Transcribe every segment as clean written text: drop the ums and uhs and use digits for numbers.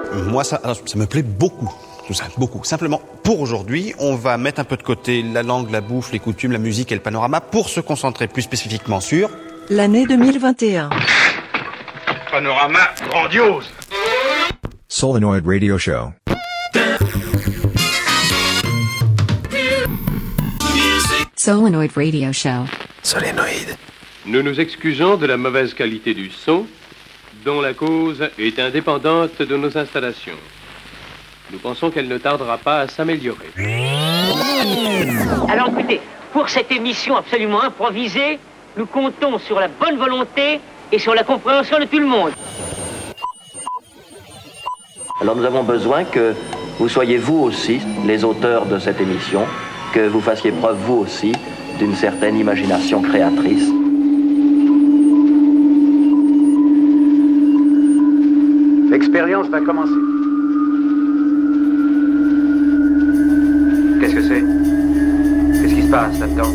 Moi, ça me plaît beaucoup. Tout ça, beaucoup. Simplement, pour aujourd'hui, on va mettre un peu de côté la langue, la bouffe, les coutumes, la musique et le panorama pour se concentrer plus spécifiquement sur... l'année 2021. Panorama grandiose. Solenoid Radio Show. Solenoid Radio Show. Solenoid. Nous nous excusons de la mauvaise qualité du son, dont la cause est indépendante de nos installations. Nous pensons qu'elle ne tardera pas à s'améliorer. Alors écoutez, pour cette émission absolument improvisée, nous comptons sur la bonne volonté et sur la compréhension de tout le monde. Alors nous avons besoin que vous soyez vous aussi les auteurs de cette émission, que vous fassiez preuve vous aussi d'une certaine imagination créatrice. L'expérience va commencer. Qu'est-ce que c'est? Qu'est-ce qui se passe là-dedans?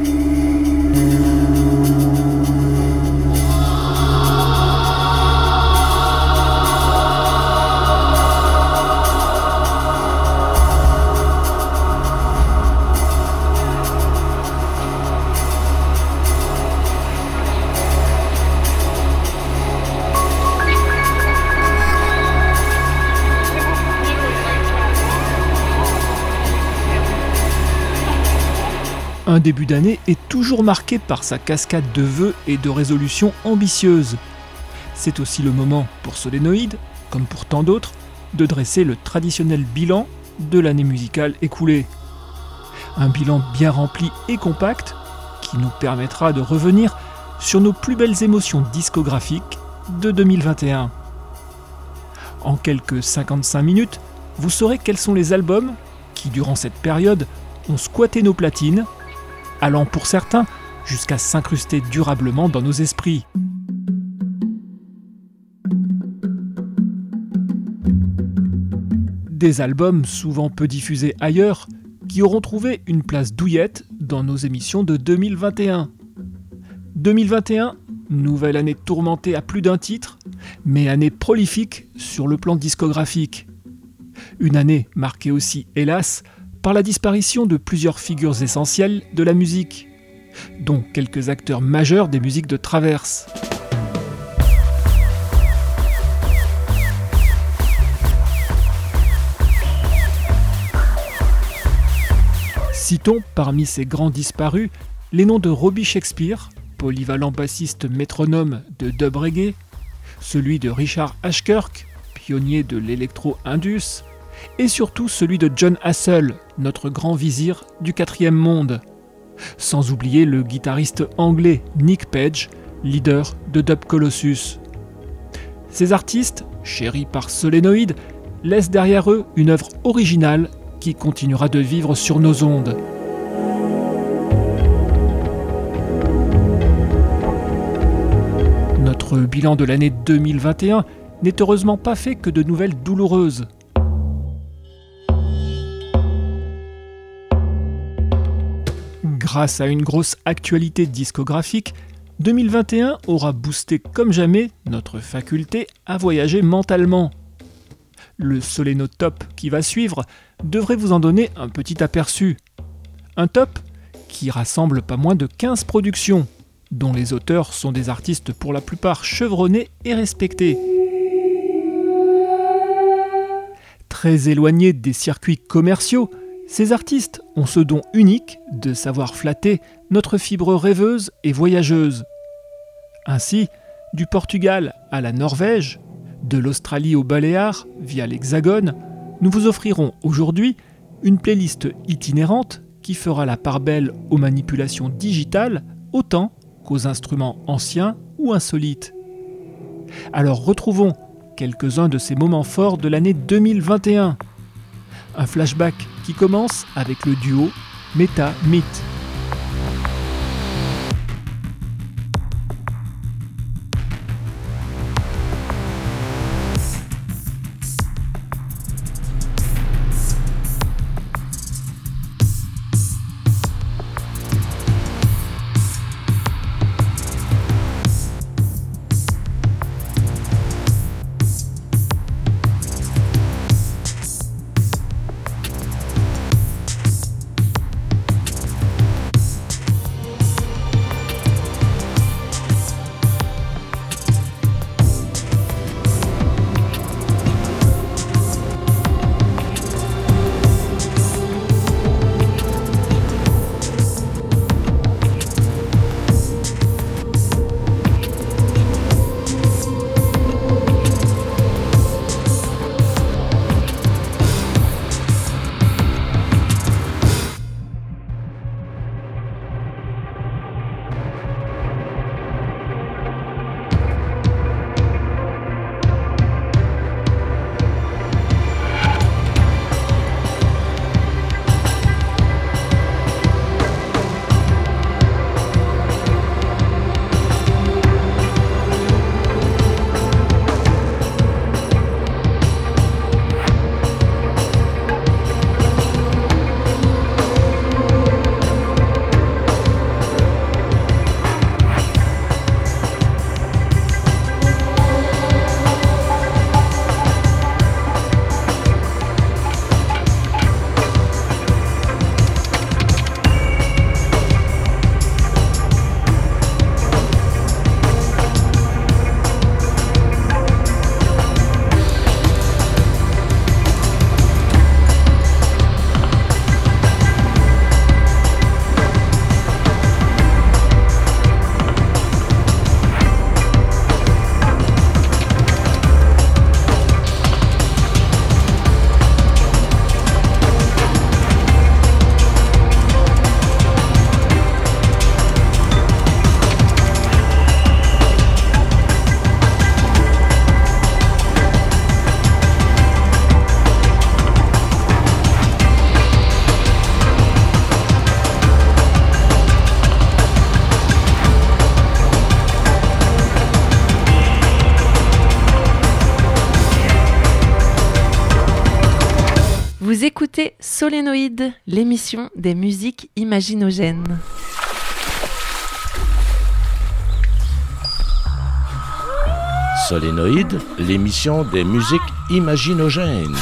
Un début d'année est toujours marqué par sa cascade de vœux et de résolutions ambitieuses. C'est aussi le moment pour Solenoid, comme pour tant d'autres, de dresser le traditionnel bilan de l'année musicale écoulée. Un bilan bien rempli et compact qui nous permettra de revenir sur nos plus belles émotions discographiques de 2021. En quelques 55 minutes, vous saurez quels sont les albums qui, durant cette période, ont squatté nos platines, allant pour certains jusqu'à s'incruster durablement dans nos esprits. Des albums souvent peu diffusés ailleurs, qui auront trouvé une place douillette dans nos émissions de 2021. 2021, nouvelle année tourmentée à plus d'un titre, mais année prolifique sur le plan discographique. Une année marquée aussi, hélas, par la disparition de plusieurs figures essentielles de la musique, dont quelques acteurs majeurs des musiques de traverse. Citons parmi ces grands disparus les noms de Robbie Shakespeare, polyvalent bassiste métronome de dub reggae, celui de Richard Ashkirk, pionnier de l'électro-indus, et surtout celui de Jon Hassell, notre grand vizir du 4e monde. Sans oublier le guitariste anglais Nick Page, leader de Dub Colossus. Ces artistes, chéris par Solenoid, laissent derrière eux une œuvre originale qui continuera de vivre sur nos ondes. Notre bilan de l'année 2021 n'est heureusement pas fait que de nouvelles douloureuses. Grâce à une grosse actualité discographique, 2021 aura boosté comme jamais notre faculté à voyager mentalement. Le Soleno Top qui va suivre devrait vous en donner un petit aperçu. Un top qui rassemble pas moins de 15 productions, dont les auteurs sont des artistes pour la plupart chevronnés et respectés. Très éloignés des circuits commerciaux, ces artistes ont ce don unique de savoir flatter notre fibre rêveuse et voyageuse. Ainsi, du Portugal à la Norvège, de l'Australie aux Baléares via l'Hexagone, nous vous offrirons aujourd'hui une playlist itinérante qui fera la part belle aux manipulations digitales autant qu'aux instruments anciens ou insolites. Alors retrouvons quelques-uns de ces moments forts de l'année 2021. Un flashback qui commence avec le duo Meta Meet. Vous écoutez Solénoïde, l'émission des musiques imaginogènes. Solénoïde, l'émission des musiques imaginogènes.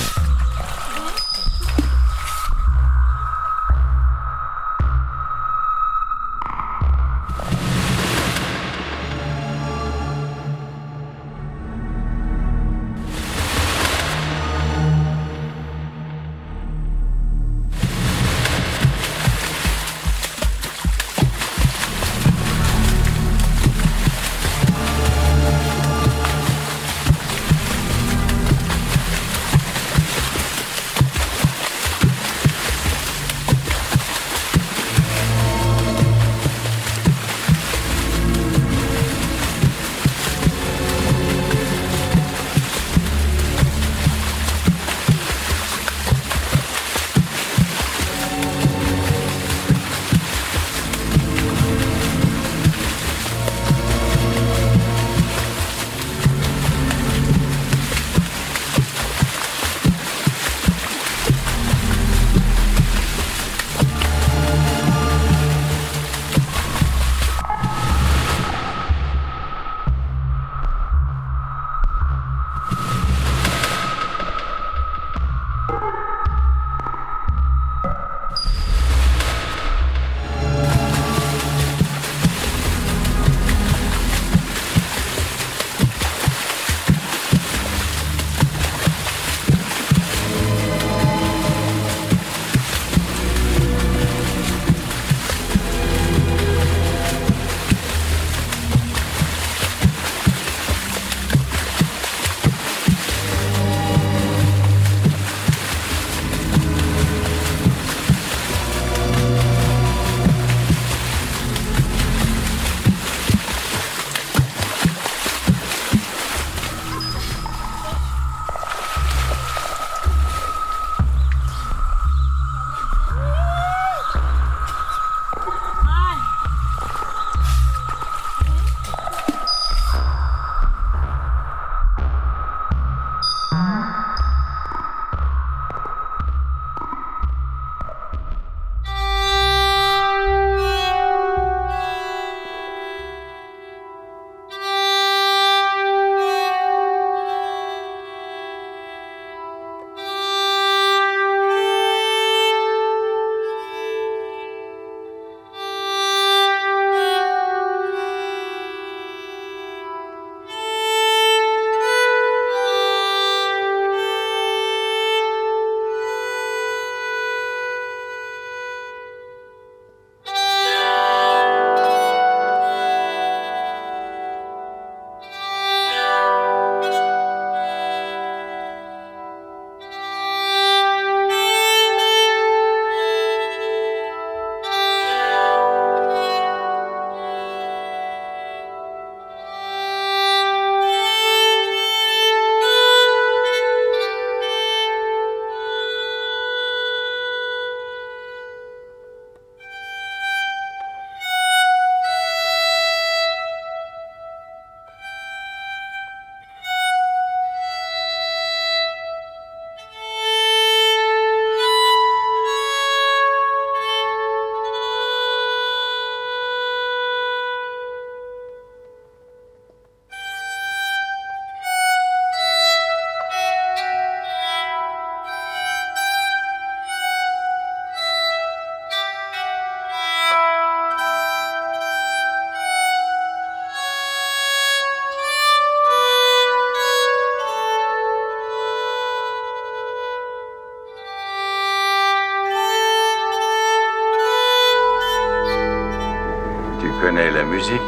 connais la musique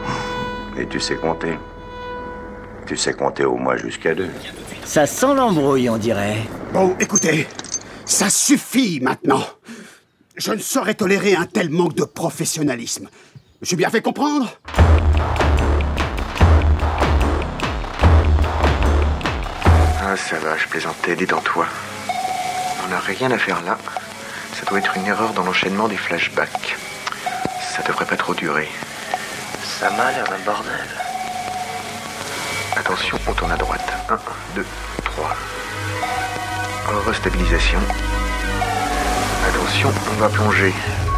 et tu sais compter. Tu sais compter au moins jusqu'à 2. Ça sent l'embrouille, on dirait. Bon, écoutez, ça suffit maintenant. Je ne saurais tolérer un tel manque de professionnalisme. Je suis bien fait comprendre ? Ah, ça va, je plaisantais, détends-toi. On n'a rien à faire là. Ça doit être une erreur dans l'enchaînement des flashbacks. Ça devrait pas trop durer. Ça m'a l'air d'un bordel. Attention, on tourne à droite. 1, 2, 3. Restabilisation. Attention, on va plonger.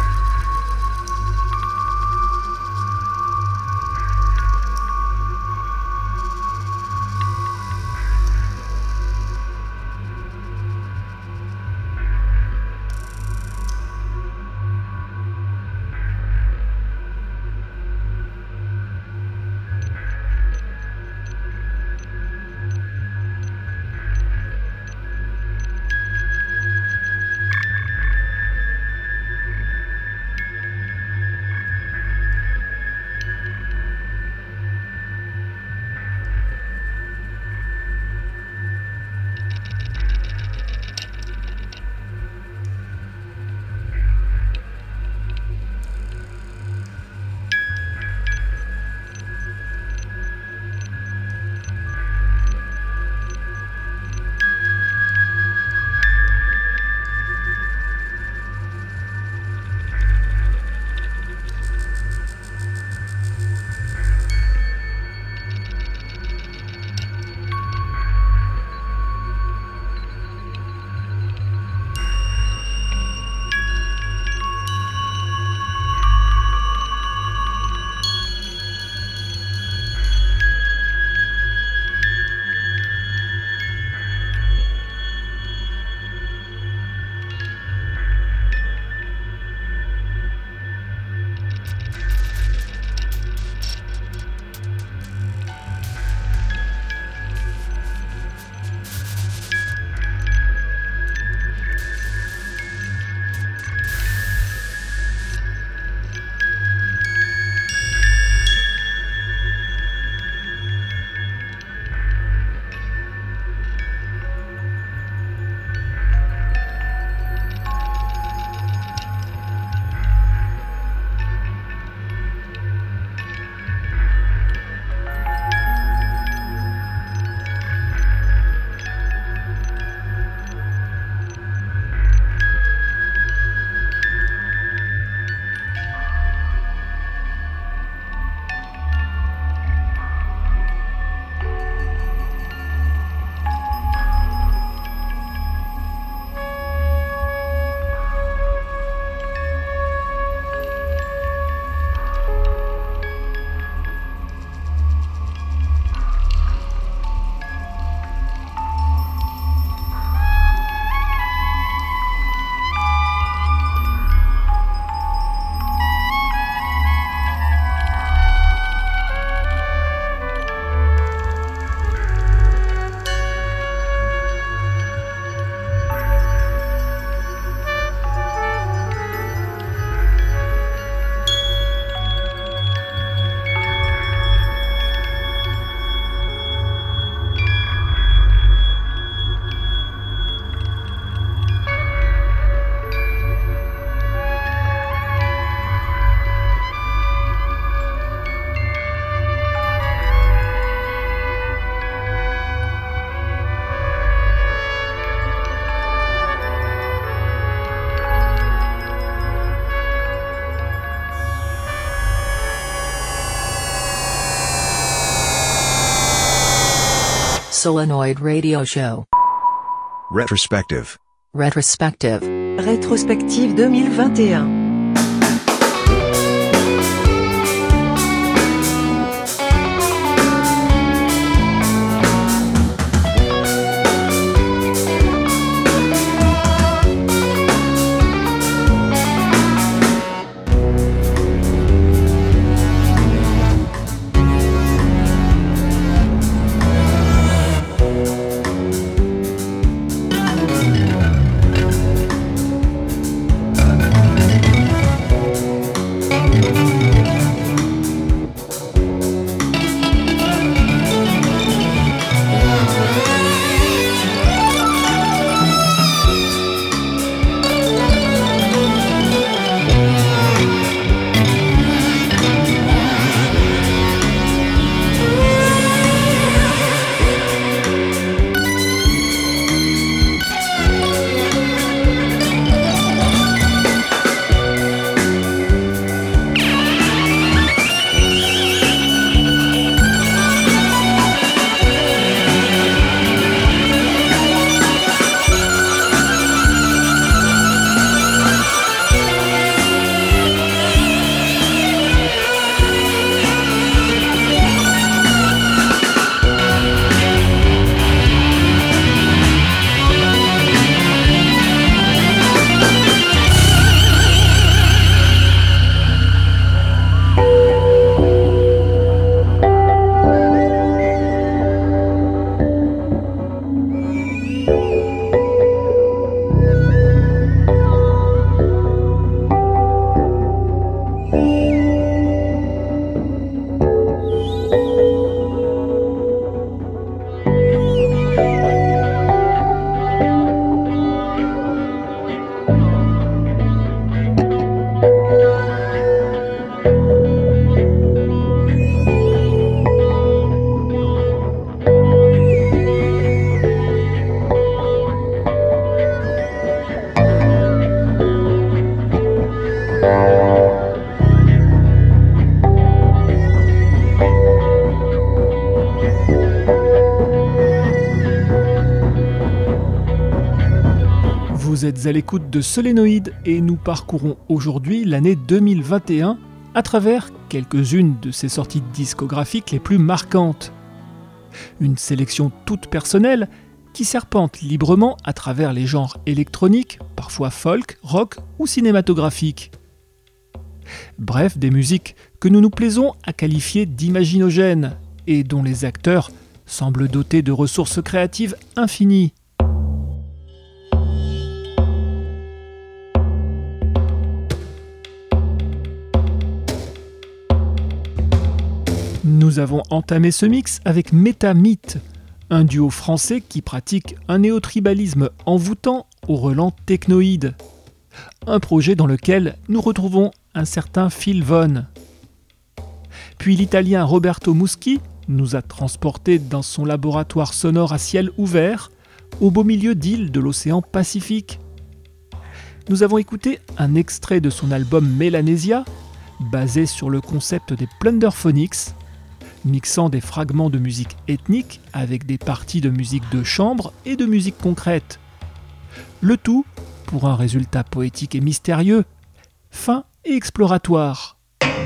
Solenoid Radio Show. Retrospective. Rétrospective 2021. Vous êtes à l'écoute de Solénoïde et nous parcourons aujourd'hui l'année 2021 à travers quelques-unes de ses sorties discographiques les plus marquantes. Une sélection toute personnelle qui serpente librement à travers les genres électroniques, parfois folk, rock ou cinématographiques. Bref, des musiques que nous nous plaisons à qualifier d'imaginogènes et dont les acteurs semblent dotés de ressources créatives infinies. Nous avons entamé ce mix avec Metamyth, un duo français qui pratique un néo-tribalisme envoûtant au relent technoïde. Un projet dans lequel nous retrouvons un certain Phil Von. Puis l'italien Roberto Muschi nous a transportés dans son laboratoire sonore à ciel ouvert, au beau milieu d'îles de l'océan Pacifique. Nous avons écouté un extrait de son album Melanesia, basé sur le concept des Plunderphonics, mixant des fragments de musique ethnique avec des parties de musique de chambre et de musique concrète. Le tout pour un résultat poétique et mystérieux, fin et exploratoire.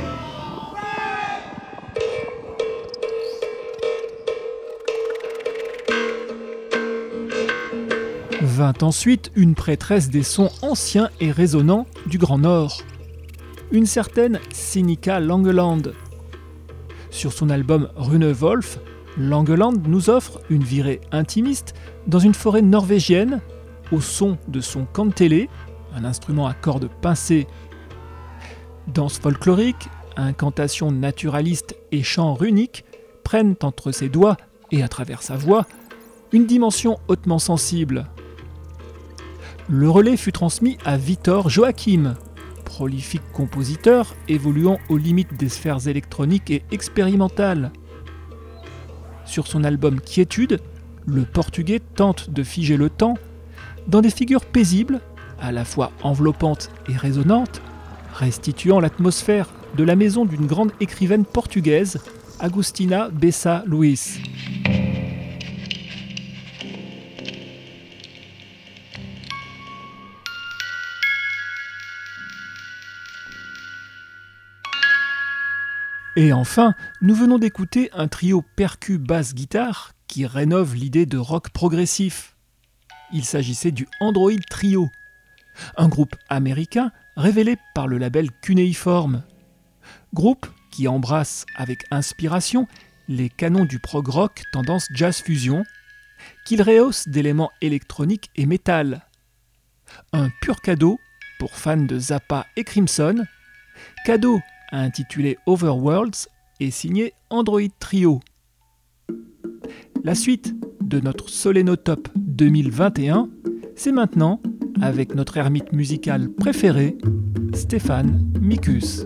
Vint ensuite une prêtresse des sons anciens et résonnants du Grand Nord, une certaine Sinikka Langeland. Sur son album Runewolf, Langeland nous offre une virée intimiste dans une forêt norvégienne, au son de son kantele, un instrument à cordes pincées. Danse folklorique, incantations naturalistes et chants runiques prennent entre ses doigts et à travers sa voix une dimension hautement sensible. Le relais fut transmis à Vitor Joachim, prolifique compositeur évoluant aux limites des sphères électroniques et expérimentales. Sur son album Quiétude, le Portugais tente de figer le temps dans des figures paisibles, à la fois enveloppantes et résonnantes, restituant l'atmosphère de la maison d'une grande écrivaine portugaise, Agostina Bessa Luís. Et enfin, nous venons d'écouter un trio percu-basse-guitare qui rénove l'idée de rock progressif. Il s'agissait du Android Trio, un groupe américain révélé par le label Cunéiforme. Groupe qui embrasse avec inspiration les canons du prog rock tendance jazz fusion, qu'il rehausse d'éléments électroniques et métal. Un pur cadeau pour fans de Zappa et Crimson, cadeau intitulé Overworlds et signé Android Trio. La suite de notre Solénotop 2021, c'est maintenant avec notre ermite musical préféré, Stéphane Mikus.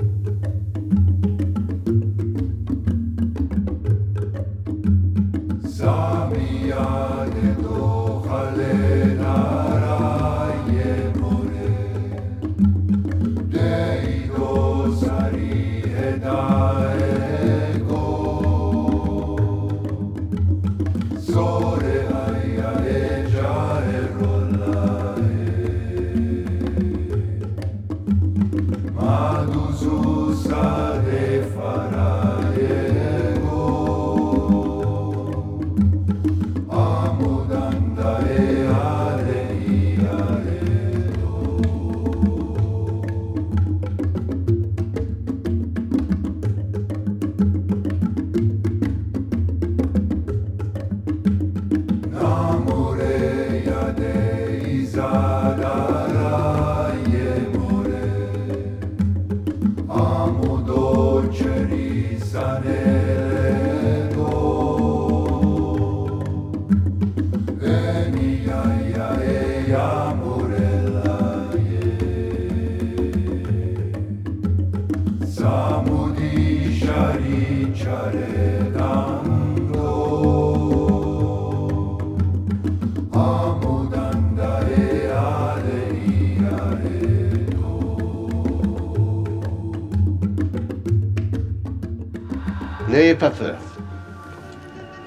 N'ayez pas peur.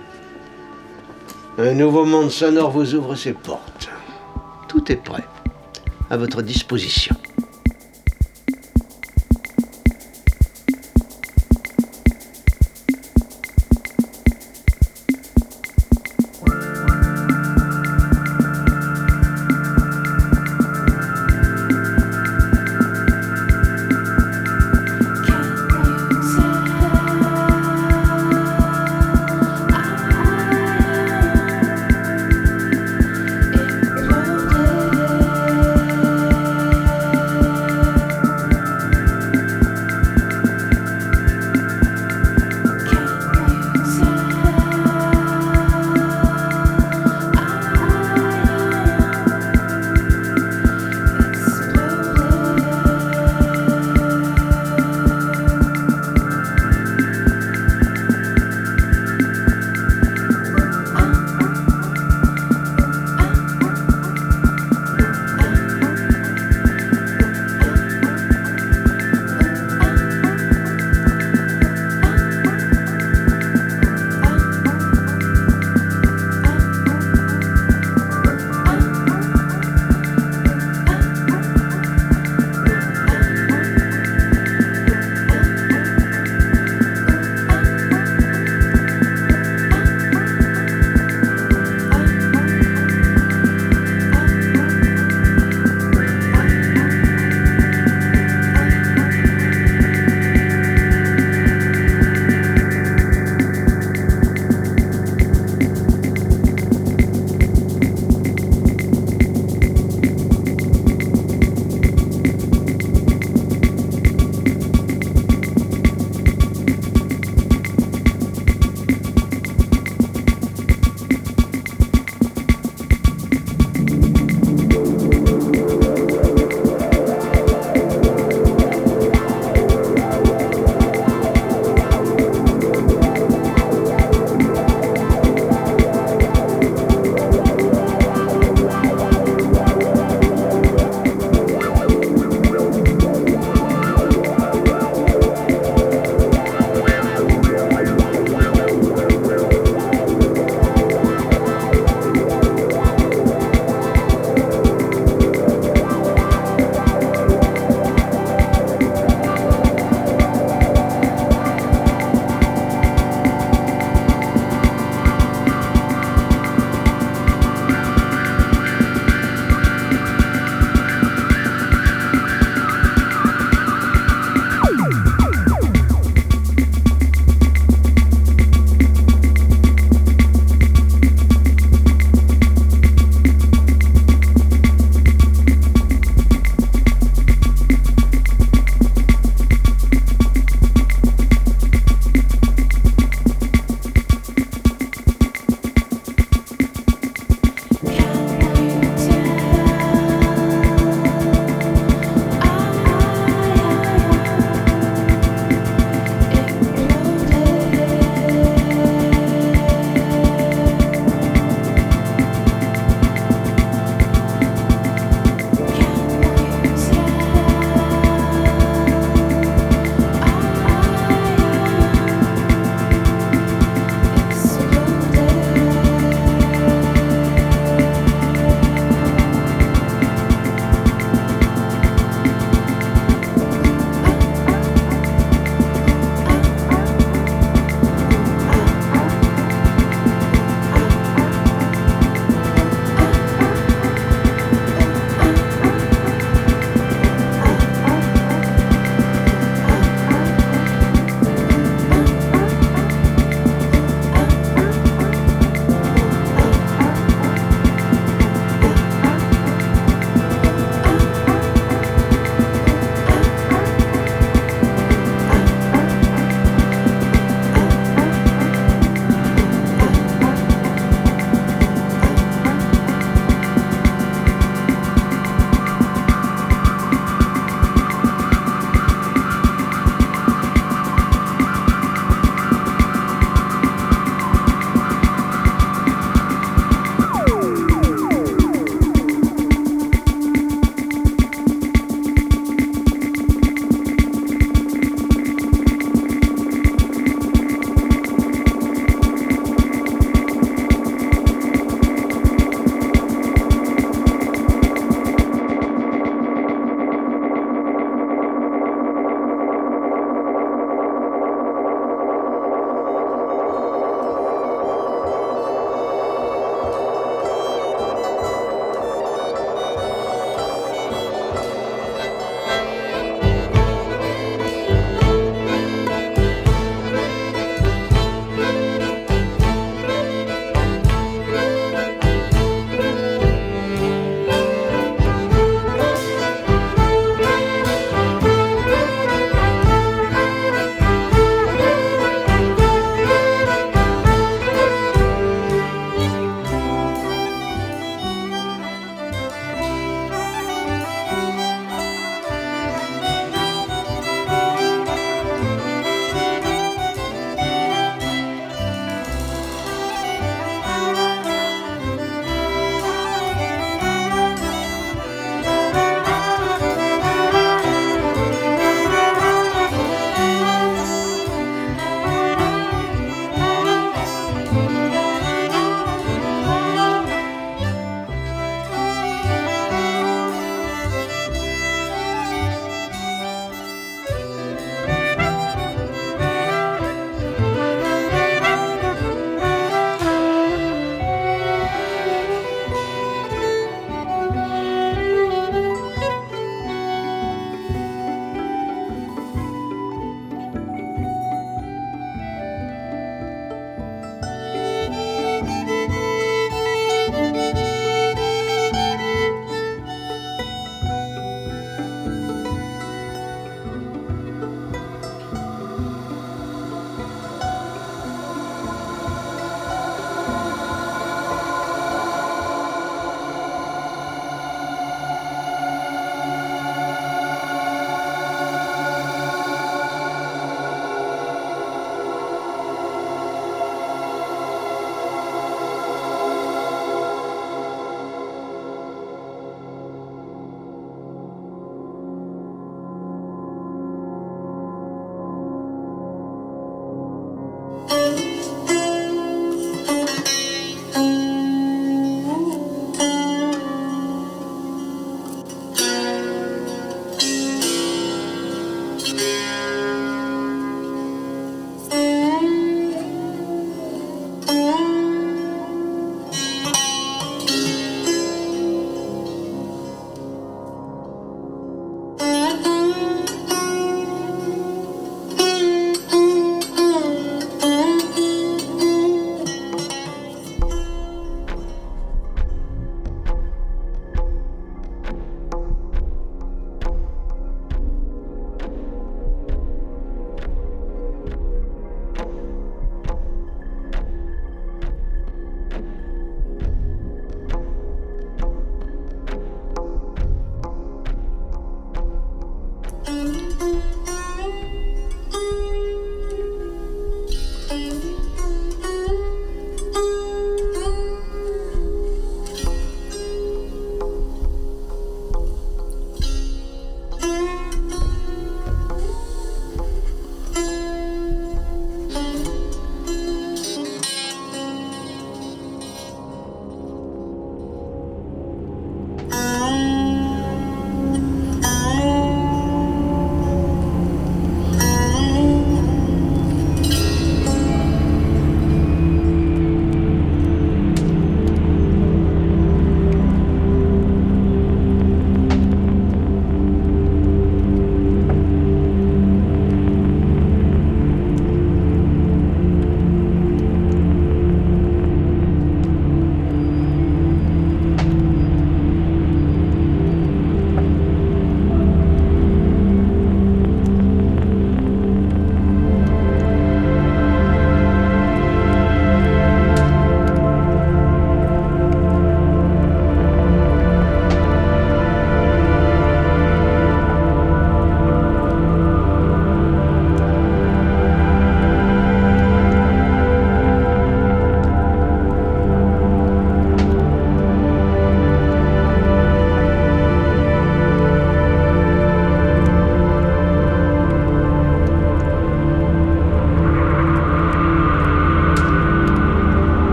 Un nouveau monde sonore vous ouvre ses portes. Tout est prêt. à votre disposition.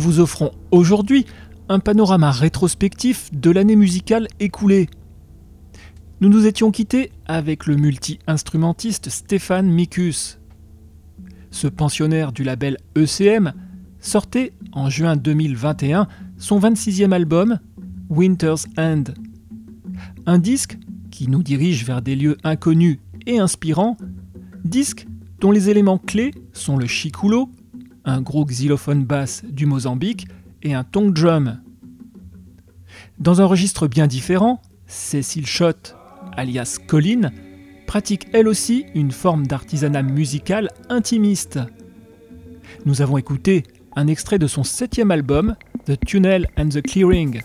vous offrons aujourd'hui un panorama rétrospectif de l'année musicale écoulée. Nous nous étions quittés avec le multi-instrumentiste Stefan Mikus. Ce pensionnaire du label ECM sortait en juin 2021 son 26e album Winter's End. Un disque qui nous dirige vers des lieux inconnus et inspirants, disque dont les éléments clés sont le chikulo, un gros xylophone basse du Mozambique, et un tongue drum. Dans un registre bien différent, Cécile Schott, alias Colline, pratique elle aussi une forme d'artisanat musical intimiste. Nous avons écouté un extrait de son 7e album, The Tunnel and the Clearing.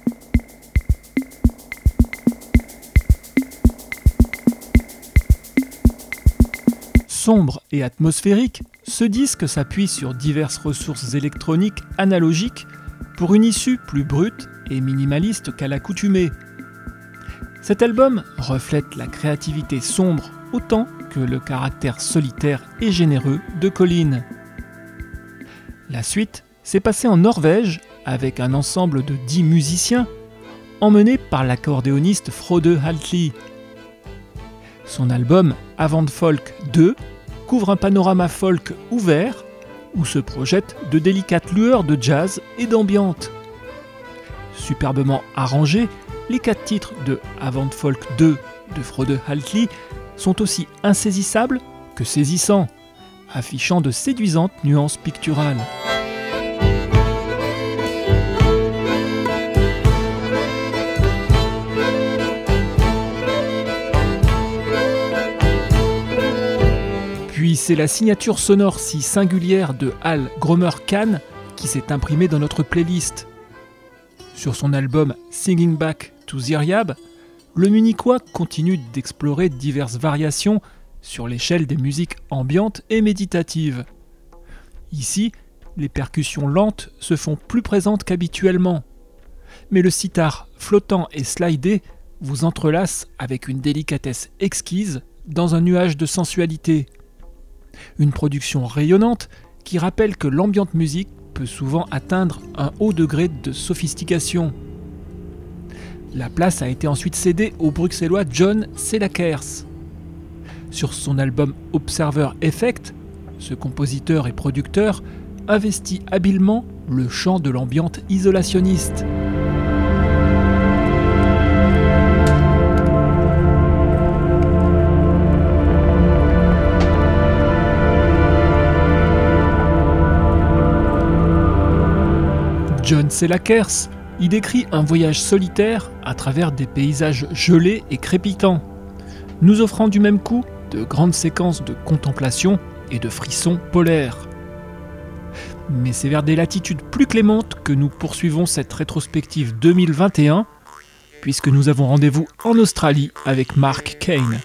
Sombre et atmosphérique, ce disque s'appuie sur diverses ressources électroniques analogiques pour une issue plus brute et minimaliste qu'à l'accoutumée. Cet album reflète la créativité sombre autant que le caractère solitaire et généreux de Colline. La suite s'est passée en Norvège avec un ensemble de 10 musiciens emmenés par l'accordéoniste Frode Haltli. Son album Avant Folk 2 couvre un panorama folk ouvert où se projettent de délicates lueurs de jazz et d'ambiance. Superbement arrangés, les 4 titres de Avant Folk 2 de Frode Haltli sont aussi insaisissables que saisissants, affichant de séduisantes nuances picturales. Puis c'est la signature sonore si singulière de Hal Gromer-Kahn qui s'est imprimée dans notre playlist. Sur son album Singing Back to Ziryab, le Munichois continue d'explorer diverses variations sur l'échelle des musiques ambiantes et méditatives. Ici, les percussions lentes se font plus présentes qu'habituellement, mais le sitar flottant et slidé vous entrelace avec une délicatesse exquise dans un nuage de sensualité. Une production rayonnante qui rappelle que l'ambient musique peut souvent atteindre un haut degré de sophistication. La place a été ensuite cédée au bruxellois John Selakers. Sur son album Observer Effect, ce compositeur et producteur investit habilement le champ de l'ambiance isolationniste. John Selakers y décrit un voyage solitaire à travers des paysages gelés et crépitants, nous offrant du même coup de grandes séquences de contemplation et de frissons polaires. Mais c'est vers des latitudes plus clémentes que nous poursuivons cette rétrospective 2021, puisque nous avons rendez-vous en Australie avec Mark Kane.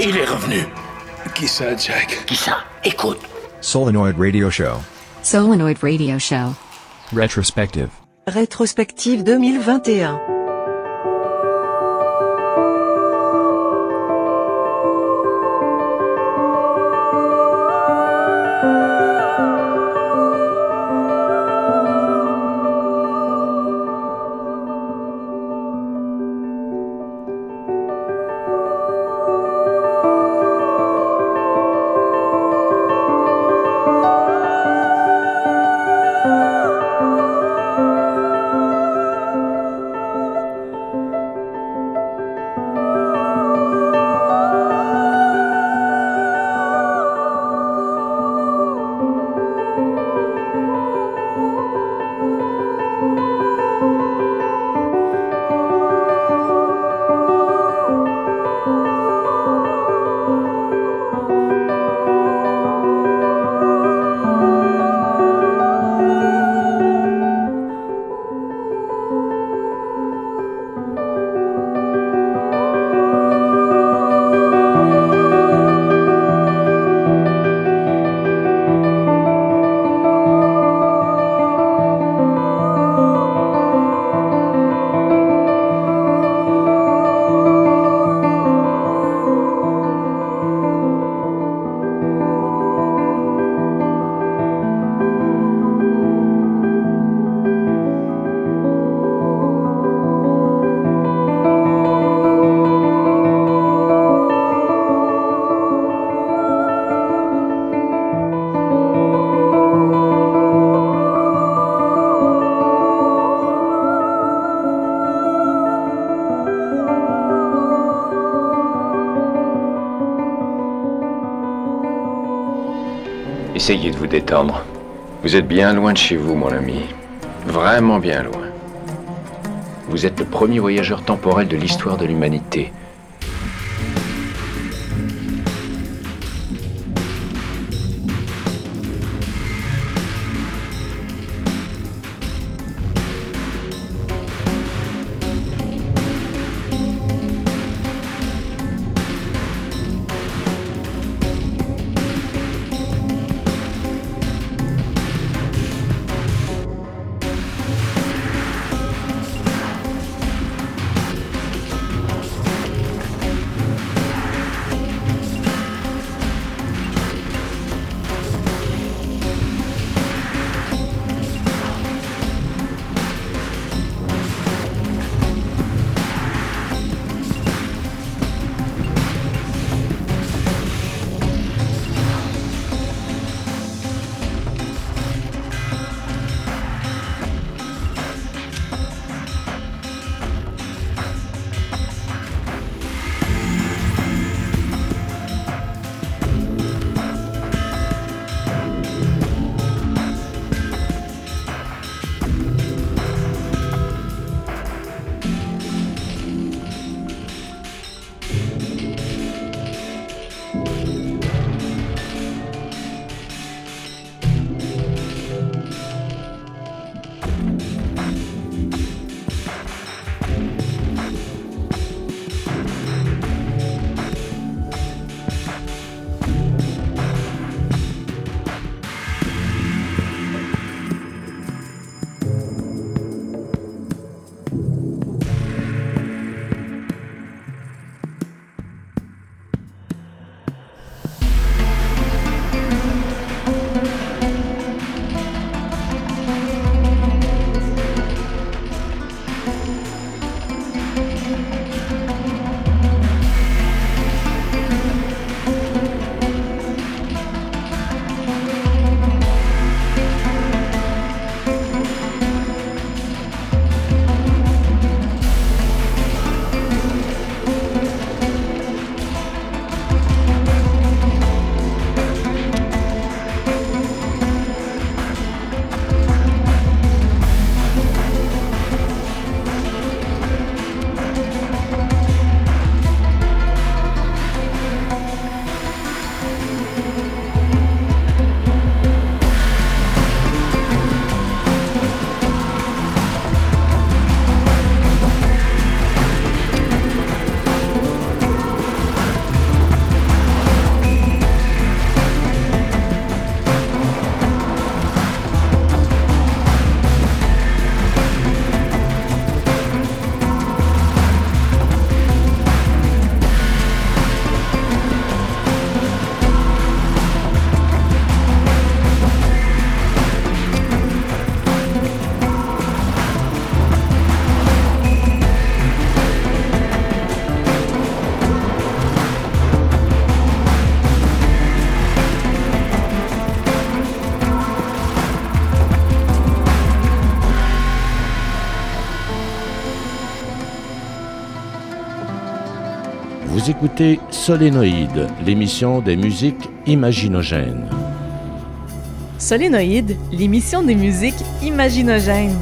Il est revenu. Qui ça, Jack? Qui ça? Écoute. Solenoid Radio Show. Solenoid Radio Show. Retrospective. Rétrospective 2021. Essayez de vous détendre. Vous êtes bien loin de chez vous, mon ami. Vraiment bien loin. Vous êtes le premier voyageur temporel de l'histoire de l'humanité. Vous écoutez Solénoïde, l'émission des musiques imaginogènes. Solénoïde, l'émission des musiques imaginogènes.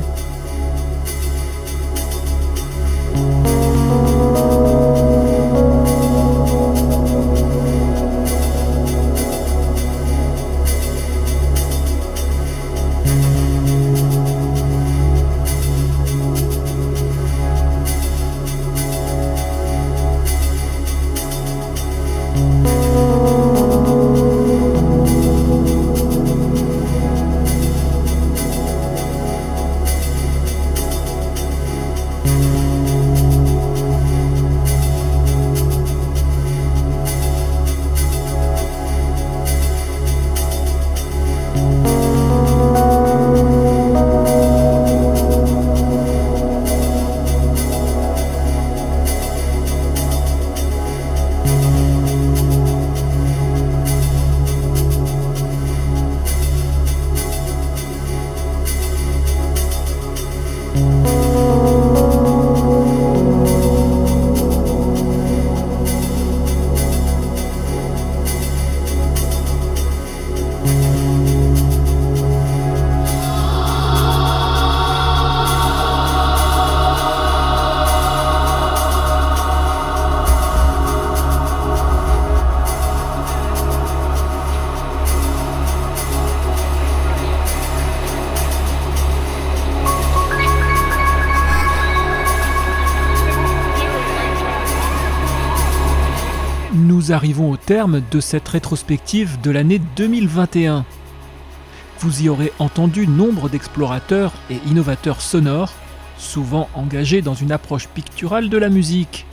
Nous arrivons au terme de cette rétrospective de l'année 2021. Vous y aurez entendu nombre d'explorateurs et innovateurs sonores, souvent engagés dans une approche picturale de la musique.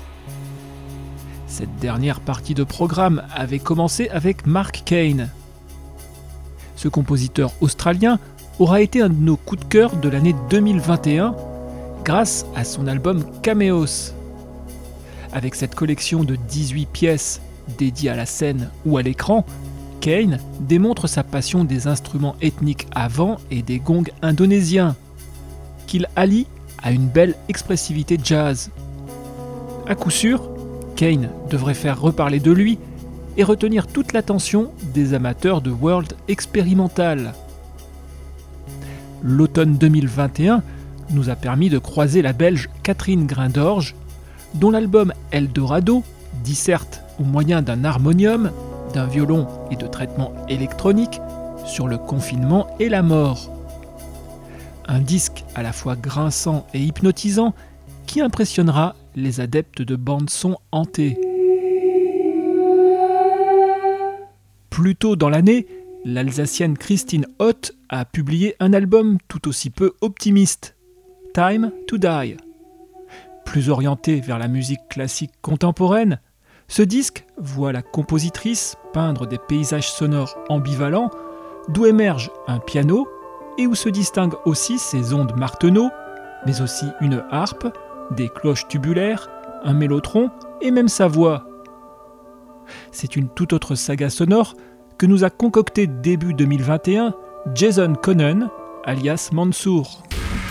Cette dernière partie de programme avait commencé avec Mark Kane. Ce compositeur australien aura été un de nos coups de cœur de l'année 2021 grâce à son album Cameos. Avec cette collection de 18 pièces dédiées à la scène ou à l'écran, Kane démontre sa passion des instruments ethniques avant et des gongs indonésiens, qu'il allie à une belle expressivité jazz. À coup sûr, Kane devrait faire reparler de lui et retenir toute l'attention des amateurs de world expérimental. L'automne 2021 nous a permis de croiser la Belge Catherine Grindorge, dont l'album Eldorado disserte au moyen d'un harmonium, d'un violon et de traitements électroniques sur le confinement et la mort. Un disque à la fois grinçant et hypnotisant qui impressionnera les adeptes de bande-son hantée. Plus tôt dans l'année, l'Alsacienne Christine Ott a publié un album tout aussi peu optimiste, Time to Die. Plus orienté vers la musique classique contemporaine, ce disque voit la compositrice peindre des paysages sonores ambivalents d'où émerge un piano et où se distinguent aussi ses ondes marteneaux, mais aussi une harpe, des cloches tubulaires, un mélotron et même sa voix. C'est une toute autre saga sonore que nous a concocté début 2021 Jason Conan, alias Mansour.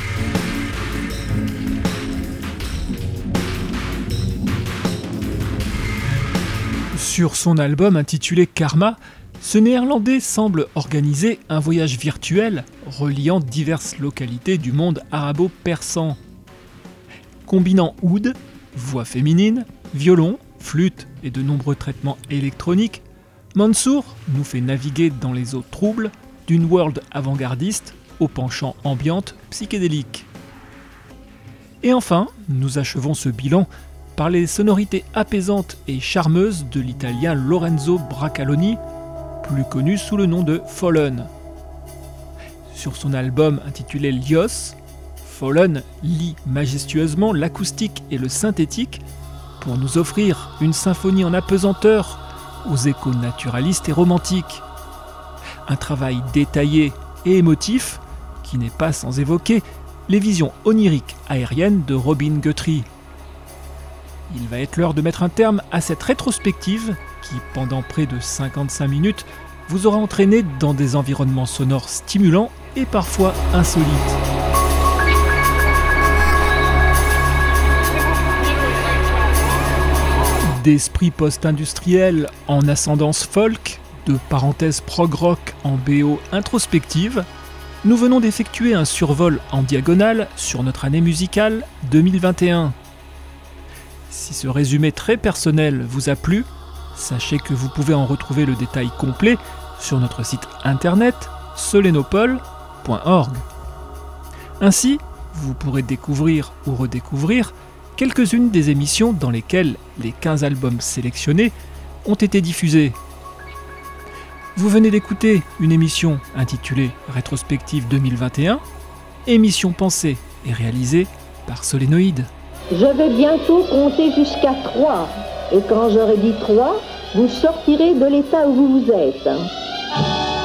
Sur son album intitulé Karma, ce néerlandais semble organiser un voyage virtuel reliant diverses localités du monde arabo-persan. Combinant oud, voix féminine, violon, flûte et de nombreux traitements électroniques, Mansour nous fait naviguer dans les eaux troubles d'une world avant-gardiste au penchant ambiante psychédélique. Et enfin, nous achevons ce bilan par les sonorités apaisantes et charmeuses de l'italien Lorenzo Bracaloni, plus connu sous le nom de Fallen. Sur son album intitulé Lios, Fallen lie majestueusement l'acoustique et le synthétique pour nous offrir une symphonie en apesanteur aux échos naturalistes et romantiques. Un travail détaillé et émotif qui n'est pas sans évoquer les visions oniriques aériennes de Robin Guthrie. Il va être l'heure de mettre un terme à cette rétrospective qui, pendant près de 55 minutes, vous aura entraîné dans des environnements sonores stimulants et parfois insolites. d'esprit post-industriel en ascendance folk, de parenthèses prog-rock en BO introspective, nous venons d'effectuer un survol en diagonale sur notre année musicale 2021. Si ce résumé très personnel vous a plu, sachez que vous pouvez en retrouver le détail complet sur notre site internet solenopole.org. Ainsi, vous pourrez découvrir ou redécouvrir quelques-unes des émissions dans lesquelles les 15 albums sélectionnés ont été diffusés. Vous venez d'écouter une émission intitulée Rétrospective 2021, émission pensée et réalisée par Solénoïde. Je vais bientôt compter jusqu'à 3, et quand j'aurai dit 3, vous sortirez de l'état où vous êtes.